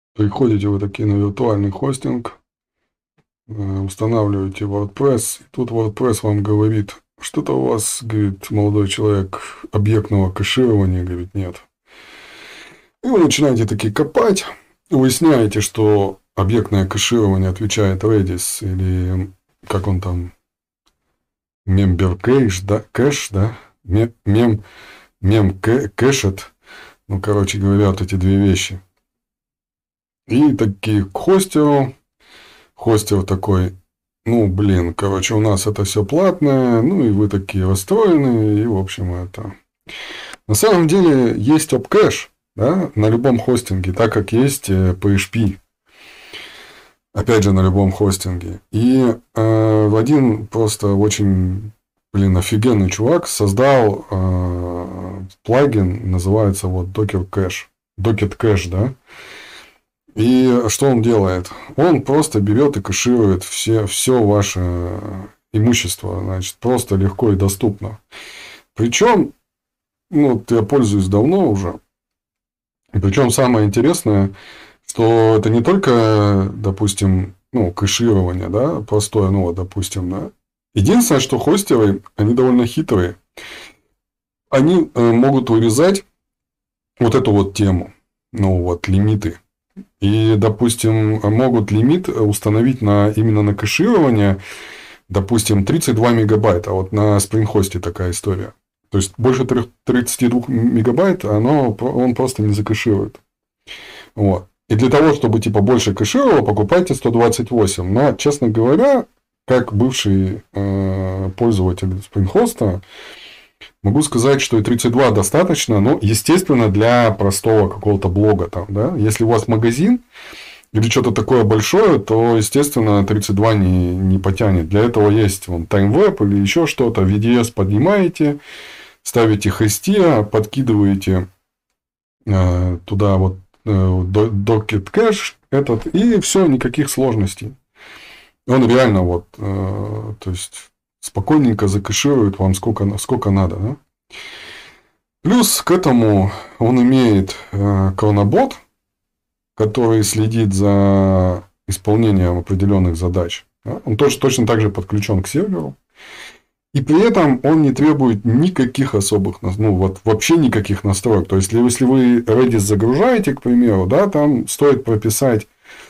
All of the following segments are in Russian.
Приходите вы такие на виртуальный хостинг, устанавливаете WordPress, и тут WordPress вам говорит, что-то у вас, говорит, молодой человек, объектного кэширования, говорит, нет. И вы начинаете такие копать, выясняете, что объектное кэширование отвечает Redis или как он там, member cache, да, кэш, да, кэшет, ну, короче говоря, вот эти две вещи. И такие к хостеру, хостер такой, ну, блин, короче, у нас это все платное, ну, и вы такие расстроены, и, в общем, это... На самом деле, есть OpCache, да, на любом хостинге, так как есть PHP. Опять же, на любом хостинге. И один просто очень, блин, офигенный чувак создал плагин, называется вот Docker Cache. Docker Cache, да. И что он делает? Он просто берет и кэширует все ваше имущество, значит, просто легко и доступно. Причем, ну, я пользуюсь давно уже. Причем самое интересное, что это не только, допустим, ну, кэширование, да, простое, ну, вот, допустим, да. Единственное, что хостеры, они довольно хитрые. Они могут вырезать вот эту вот тему, ну, вот, лимиты. И, допустим, могут лимит установить именно на кэширование, допустим, 32 мегабайта. Вот на Spring Host такая история. То есть, больше 32 мегабайт он просто не закэширует. Вот. И для того, чтобы типа больше кэшировало, покупайте 128. Но, честно говоря, как бывший пользователь Spring Host, могу сказать, что и 32 достаточно, но, естественно, для простого какого-то блога. Там, да? Если у вас магазин или что-то такое большое, то, естественно, 32 не потянет. Для этого есть вон, TimeWeb или еще что-то. VDS поднимаете, ставите Hestia, подкидываете туда вот Docker Cache этот, и все, никаких сложностей. Он реально вот, то есть, спокойненько закэширует вам сколько надо. Да? Плюс к этому он имеет Chronobot, который следит за исполнением определенных задач. Да? Он точно так же подключен к серверу. И при этом он не требует никаких особых, ну, вот вообще никаких настроек. То есть, если вы Redis загружаете, к примеру, да, там стоит прописать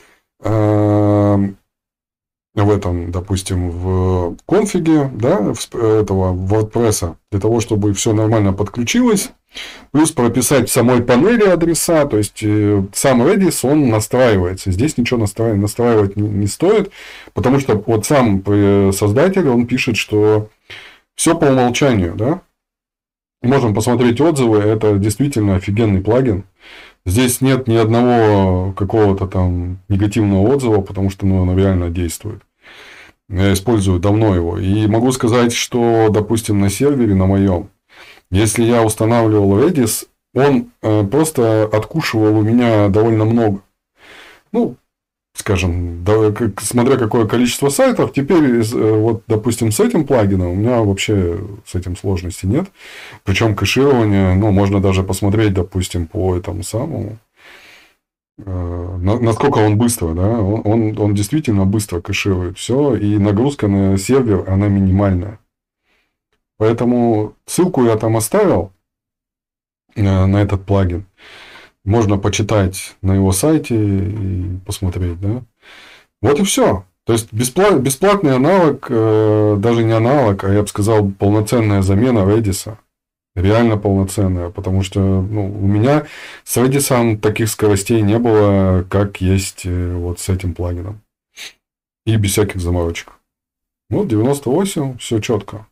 в этом, допустим, в конфиге, да, этого WordPress, для того, чтобы все нормально подключилось. Плюс прописать в самой панели адреса, то есть, сам Redis, он настраивается. Здесь ничего настраивать не стоит, потому что вот сам создатель, он пишет, что все по умолчанию, да. Можем посмотреть отзывы, это действительно офигенный плагин. Здесь нет ни одного какого-то там негативного отзыва, потому что он реально действует. Я использую давно его. И могу сказать, что, допустим, на сервере, на моем, если я устанавливал Redis, он просто откушивал у меня довольно много. Ну, скажем, смотря какое количество сайтов, теперь, вот, допустим, с этим плагином у меня вообще с этим сложности нет. Причем кэширование, ну, можно даже посмотреть, допустим, по этому самому, насколько он быстро, да, он действительно быстро кэширует все, и нагрузка на сервер, она минимальная. Поэтому ссылку я там оставил на этот плагин. Можно почитать на его сайте и посмотреть, да. Вот и все. То есть, бесплатный аналог, даже не аналог, а я бы сказал, полноценная замена Redis. Реально полноценная. Потому что ну, у меня с Redis таких скоростей не было, как есть вот с этим плагином. И без всяких заморочек. Вот 98, все четко.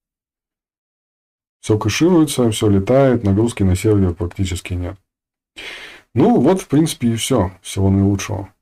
Все кэшируется, все летает, нагрузки на сервер практически нет. Ну, вот, в принципе, и все. Всего наилучшего.